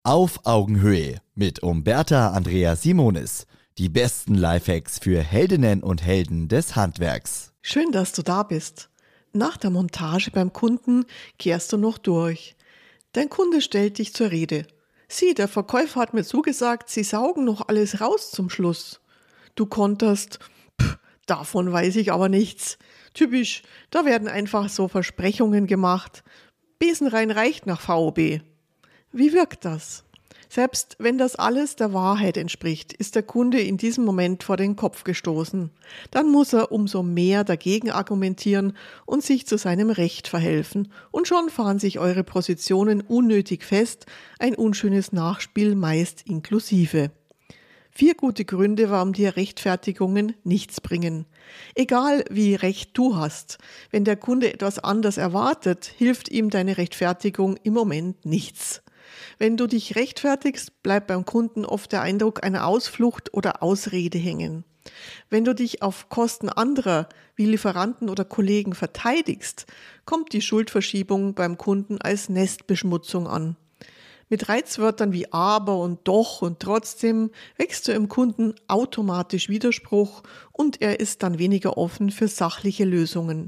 Auf Augenhöhe mit Umberta Andrea Simonis. Die besten Lifehacks für Heldinnen und Helden des Handwerks. Schön, dass du da bist. Nach der Montage beim Kunden kehrst du noch durch. Dein Kunde stellt dich zur Rede. Sieh, der Verkäufer hat mir zugesagt, sie saugen noch alles raus zum Schluss. Du konterst, davon weiß ich aber nichts. Typisch, da werden einfach so Versprechungen gemacht. Besenrein reicht nach VOB. Wie wirkt das? Selbst wenn das alles der Wahrheit entspricht, ist der Kunde in diesem Moment vor den Kopf gestoßen. Dann muss er umso mehr dagegen argumentieren und sich zu seinem Recht verhelfen. Und schon fahren sich eure Positionen unnötig fest, ein unschönes Nachspiel meist inklusive. 4 gute Gründe, warum dir Rechtfertigungen nichts bringen. Egal wie recht du hast, wenn der Kunde etwas anders erwartet, hilft ihm deine Rechtfertigung im Moment nichts. Wenn du dich rechtfertigst, bleibt beim Kunden oft der Eindruck einer Ausflucht oder Ausrede hängen. Wenn du dich auf Kosten anderer wie Lieferanten oder Kollegen verteidigst, kommt die Schuldverschiebung beim Kunden als Nestbeschmutzung an. Mit Reizwörtern wie aber und doch und trotzdem wächst du im Kunden automatisch Widerspruch und er ist dann weniger offen für sachliche Lösungen.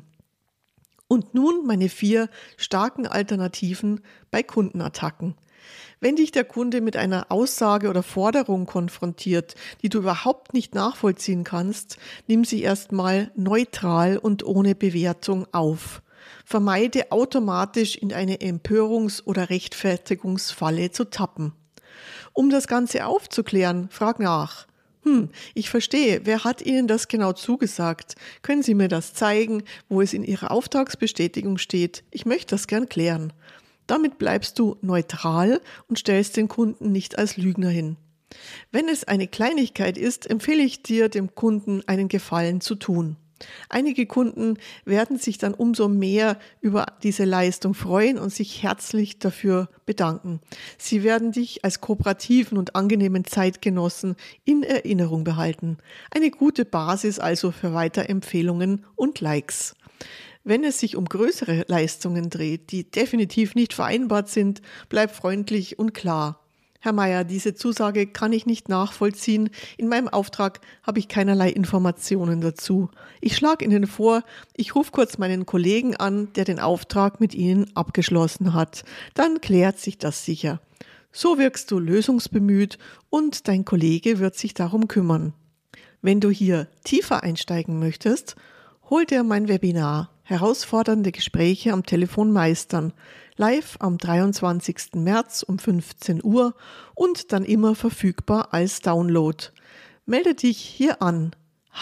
Und nun meine 4 starken Alternativen bei Kundenattacken. Wenn dich der Kunde mit einer Aussage oder Forderung konfrontiert, die du überhaupt nicht nachvollziehen kannst, nimm sie erstmal neutral und ohne Bewertung auf. Vermeide automatisch in eine Empörungs- oder Rechtfertigungsfalle zu tappen. Um das Ganze aufzuklären, frag nach. Ich verstehe, wer hat Ihnen das genau zugesagt? Können Sie mir das zeigen, wo es in Ihrer Auftragsbestätigung steht? Ich möchte das gern klären. Damit bleibst du neutral und stellst den Kunden nicht als Lügner hin. Wenn es eine Kleinigkeit ist, empfehle ich dir, dem Kunden einen Gefallen zu tun. Einige Kunden werden sich dann umso mehr über diese Leistung freuen und sich herzlich dafür bedanken. Sie werden dich als kooperativen und angenehmen Zeitgenossen in Erinnerung behalten. Eine gute Basis also für Weiterempfehlungen und Likes. Wenn es sich um größere Leistungen dreht, die definitiv nicht vereinbart sind, bleib freundlich und klar. Herr Meier, diese Zusage kann ich nicht nachvollziehen. In meinem Auftrag habe ich keinerlei Informationen dazu. Ich schlage Ihnen vor, ich rufe kurz meinen Kollegen an, der den Auftrag mit Ihnen abgeschlossen hat. Dann klärt sich das sicher. So wirkst du lösungsbemüht und dein Kollege wird sich darum kümmern. Wenn du hier tiefer einsteigen möchtest, hol dir mein Webinar Herausfordernde Gespräche am Telefon meistern, live am 23. März um 15 Uhr und dann immer verfügbar als Download. Melde dich hier an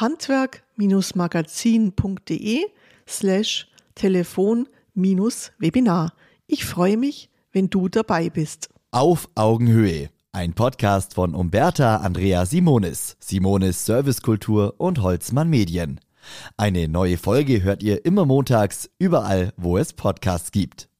handwerk-magazin.de/telefon-webinar. Ich freue mich, wenn du dabei bist. Auf Augenhöhe. Ein Podcast von Umberta Andrea Simonis, Simonis Servicekultur und Holzmann Medien. Eine neue Folge hört ihr immer montags, überall, wo es Podcasts gibt.